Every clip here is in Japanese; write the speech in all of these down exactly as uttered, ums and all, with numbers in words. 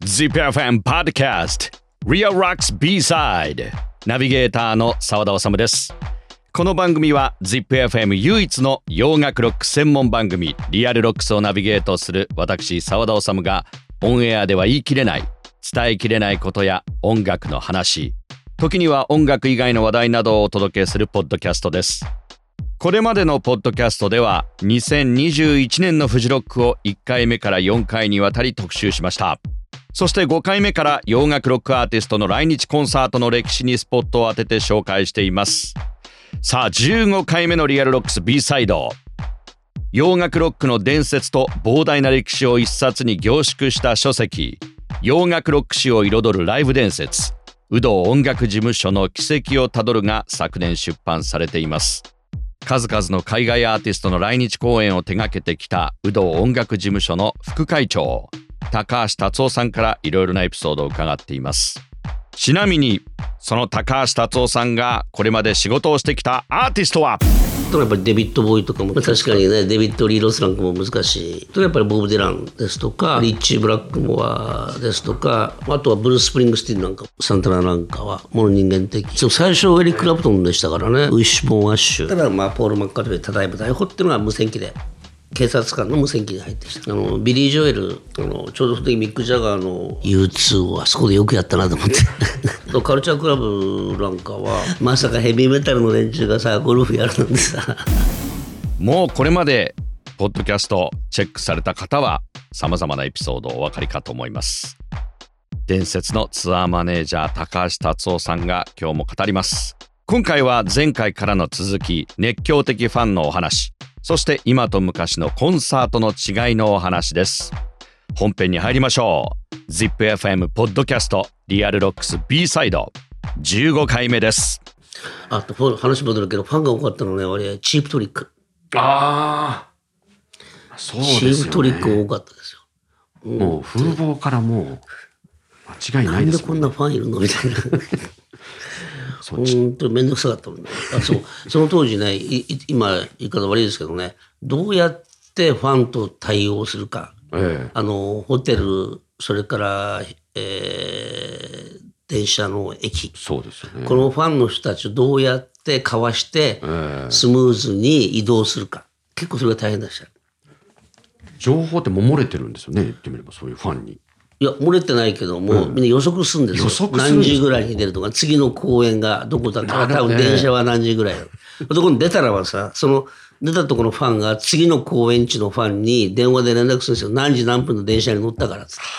ZIPFM Podcast Real Rocks B-Side ナビゲーターの澤田治です。この番組は ZIPFM 唯一の洋楽ロック専門番組リアルロックスをナビゲートする私澤田治がオンエアでは言い切れない、伝えきれないことや音楽の話、時には音楽以外の話題などをお届けするポッドキャストです。これまでのポッドキャストではにせんにじゅういちねんのフジロックをいっかいめからよんかいにわたり特集しました。そしてごかいめから洋楽ロックアーティストの来日コンサートの歴史にスポットを当てて紹介しています。さあじゅうごかいめのリアルロックス B サイド、洋楽ロックの伝説と膨大な歴史を一冊に凝縮した書籍、洋楽ロック史を彩るライブ伝説、有働音楽事務所の軌跡をたどるが昨年出版されています。数々の海外アーティストの来日公演を手掛けてきた有働音楽事務所の副会長高橋達夫さんからいろいろなエピソードを伺っています。ちなみにその高橋達夫さんがこれまで仕事をしてきたアーティストはやっぱりデビッド・ボーイとかも確かにね、デビッド・リー・ロスなんかも難しいと、やっぱりボブ・ディランですとかリッチー・ブラックモアですとか、あとはブルース・スプリングスティーンなんかサンタナなんかはもの人間的、最初エリック・クラプトンでしたからね、ウィッシュ・ボーン・アッシュ、ただまあポール・マッカートニー、ただいま逮捕っていうのは無線機で、警察官の無線機に入ってきた。あのビリー・ジョエル、あのちょうどその時ミック・ジャガーの ユーツー をあそこでよくやったなと思ってカルチャークラブなんかはまさかヘビーメタルの連中がさゴルフやるなんてさもうこれまでポッドキャストチェックされた方は様々なエピソードお分かりかと思います。伝説のツアーマネージャー高橋達夫さんが今日も語ります。今回は前回からの続き、熱狂的ファンのお話、そして今と昔のコンサートの違いのお話です。本編に入りましょう。 ZIPFM ポッドキャストリアルロックス B サイドじゅうごかいめです。 あと話戻るけど、ファンが多かったのね、割合チープトリック。 ああ、そうですよね。 チープトリック多かったですよ。 うん、もう風貌からもう間違いないですもん。 なんでこんなファンいるのみたいな本当に面倒くさかったもんね。あ、そうその当時ね、い今言い方悪いですけどね、どうやってファンと対応するか、ええ、あのホテル、それから、えー、電車の駅、 そうですよね、 このファンの人たちをどうやってかわしてスムーズに移動するか、結構それが大変でした。 情報っても漏れてるんですよね、言ってみれば。そういうファンに、いや漏れてないけども、うん、みんな予測するんですよ。 予測するんです。 何時ぐらいに出るとか、次の公演がどこだったか、多分電車は何時ぐらいだ。そこに出たらばさ、その出たところのファンが次の公演地のファンに電話で連絡するんですよ。何時何分の電車に乗ったからっつって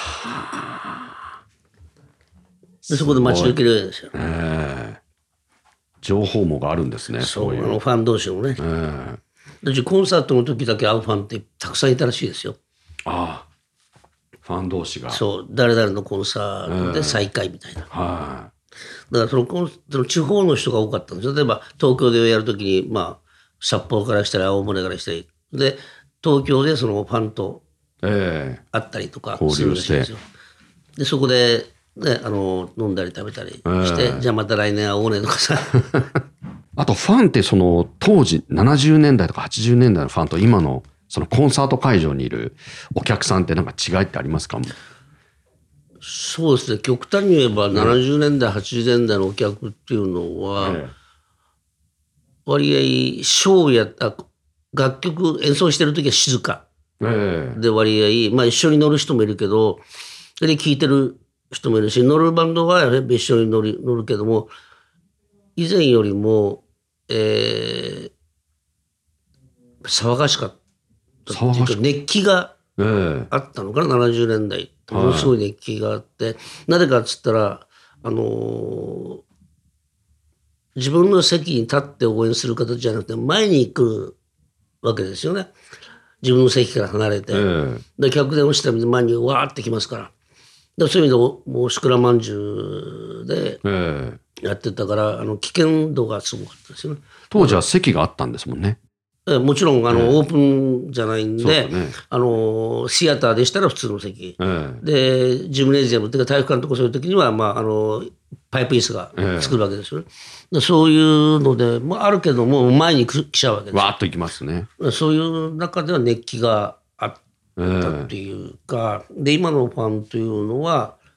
でそこで待ち受けるんですよ。 えー、情報網があるんですね。 そういうあのファン同士のね、えー、だコンサートの時だけ会うファンってたくさんいたらしいですよ。 ああ、ファン同士が、 そう、誰々のコンサートで再会みたいな、えー、はい、だからそのコンその地方の人が多かったんですよ。例えば東京でやるときに、まあ札幌からしたり青森からしたりで、東京でそのファンと会ったりとかするらしいんですよ。でそこで、ね、あの飲んだり食べたりして、えー、じゃあまた来年会おうねとかさあとファンってその当時ななじゅうねんだいとかはちじゅうねんだいのファンと今のそのコンサート会場にいるお客さんってなんか違いってありますか？ そうですね、極端に言えばななじゅうねんだい、はちじゅうねんだいのお客っていうのは、ええ、割合ショーやあ楽曲演奏してる時は静か、ええ、で割合、まあ、一緒に乗る人もいるけど、で聴いてる人もいるし、乗るバンドは一緒に乗る、乗るけども、以前よりも、えー、騒がしかったっていうか、熱気があったのかな、えー、ななじゅうねんだいものすごい熱気があって、はい、なぜかっつったら、あのー、自分の席に立って応援する形じゃなくて前に来るわけですよね。自分の席から離れて、えー、で客電をしたら前にわーってきますから、でそういう意味でもうシクラまんじゅうでやってたから、えー、あの危険度がすごかったですよね。 当時は席があったんですもんね。 もちろんあの、えー、オープンじゃないんで、ね、あのシアターでしたら普通の席、えー、でジムネジアムっていうか体育館のとこそういう時には、まあ、あのパイプ椅子が作るわけですよね、えー、そういうので、まあ、あるけども前に来ちゃうわけですよ。 わーっと行きますね。 そういう中では熱気があったっていうか、えー、で今のファンというのは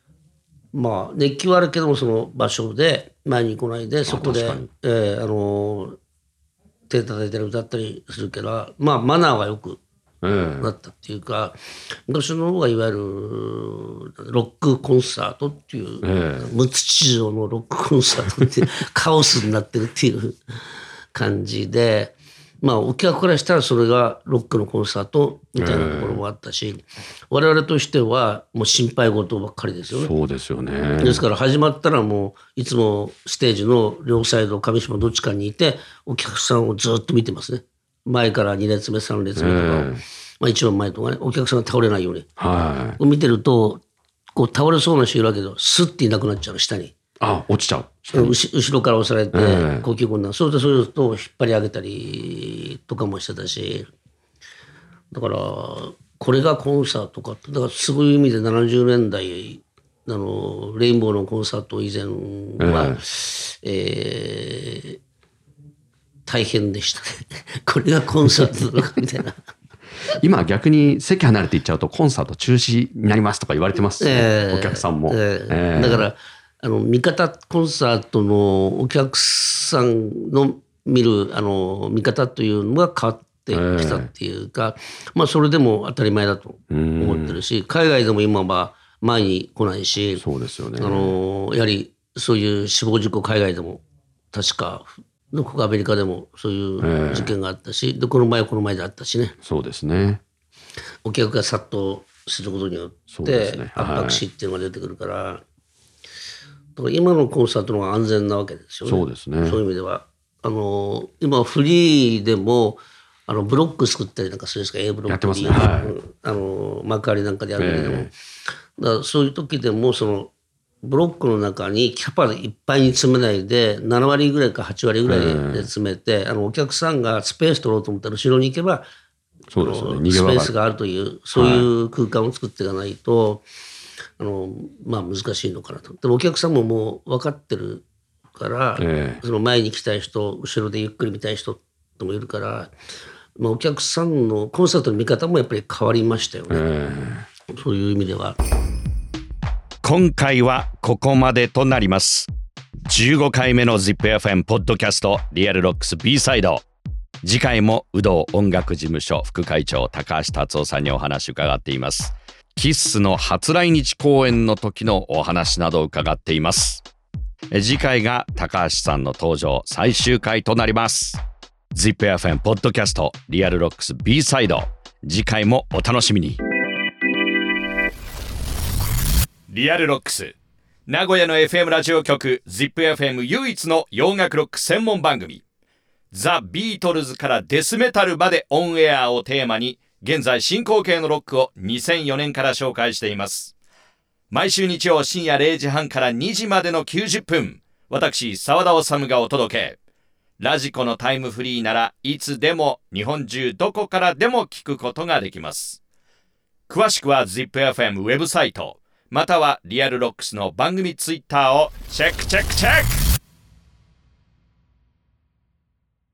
まあ熱気はあるけどもその場所で前に来ないでそこで、えー、あの手叩いたり歌ったりするから、まあマナーがよくなったっていうか、えー、昔の方がいわゆるロックコンサートっていう、えー、無秩序のロックコンサートってカオスになってるっていう感じで、まあお客からしたらそれがロックのコンサートみたいなところもあったし、えー、我々としてはもう心配事ばっかりですよね。 そうですよね。 ですから始まったらもういつもステージの両サイド上下どっちかにいてお客さんをずっと見てますね。前からに列目さん列目とかを、えー、まあ一番前とかね、お客さんが倒れないように、はい、見てるとこう倒れそうな人いるわけどスッていなくなっちゃうの下に。 あ、落ちちゃう。 後ろから押されて呼吸困難、そうするとそういうと引っ張り上げたりとかもしてたし、だからこれがコンサートかって、だからそういう意味でななじゅうねんだいあのレインボーのコンサート以前は、えーえー、大変でしたねこれがコンサートなのかみたいな今逆に席離れていっちゃうとコンサート中止になりますとか言われてます、ね、えー、お客さんも、えーえー、 だからあの味方コンサートのお客さんの見るあの見方というのが変わってきたっていうか、えー、まあそれでも当たり前だと思ってるし、海外でも今は前に来ないし、 そうですよね、 あのやはりそういう死亡事故海外でも確かどこかアメリカでもそういう事件があったし、えー、でこの前はこの前であったしね。 そうですね。 お客が殺到することによって圧迫死っていうのが出てくるから、だから今のコンサートの方が安全なわけですよね。 そうですね。 そういう意味ではあの今フリーでもあのブロック作ったりなんかするんですか、 A ブロック B ブロック、あの幕張なんかでやるけども、えー、だからそういう時でもそのブロックの中にキャパでいっぱいに詰めないでななわりぐらいかはちわりぐらいで詰めて、えー、あのお客さんがスペース取ろうと思ったら後ろに行けばそうですよね、 スペースがあるというそういう空間を作っていかないと、はい、あのまあ難しいのかなと。でもお客さんももう分かってるから、えー、その前に来たい人後ろでゆっくり見たい人ともいるから、まあ、お客さんのコンサートの見方もやっぱり変わりましたよね、えー、そういう意味では。 今回はここまでとなります。じゅうごかいめの ジップエフエム ポッドキャストリアルロックス B サイド、次回も有働音楽事務所副会長高橋達夫さんにお話を伺っています。キッスの初来日公演の時のお話などを伺っています。次回が高橋さんの登場最終回となります。 ジップエフエム ポッドキャストリアルロックス B サイド、次回もお楽しみに。リアルロックス、名古屋の エフエム ラジオ局 ジップエフエム 唯一の洋楽ロック専門番組、ザ・ビートルズからデスメタルまでオンエアをテーマに現在進行形のロックをにせんよねんから紹介しています。毎週日曜深夜れいじはんからにじまでのきゅうじゅっぷん、私澤田治がお届け。ラジコのタイムフリーならいつでも日本中どこからでも聞くことができます。詳しくは ジップエフエム ウェブサイトまたはリアルロックスの番組ツイッターをチェックチェックチェック。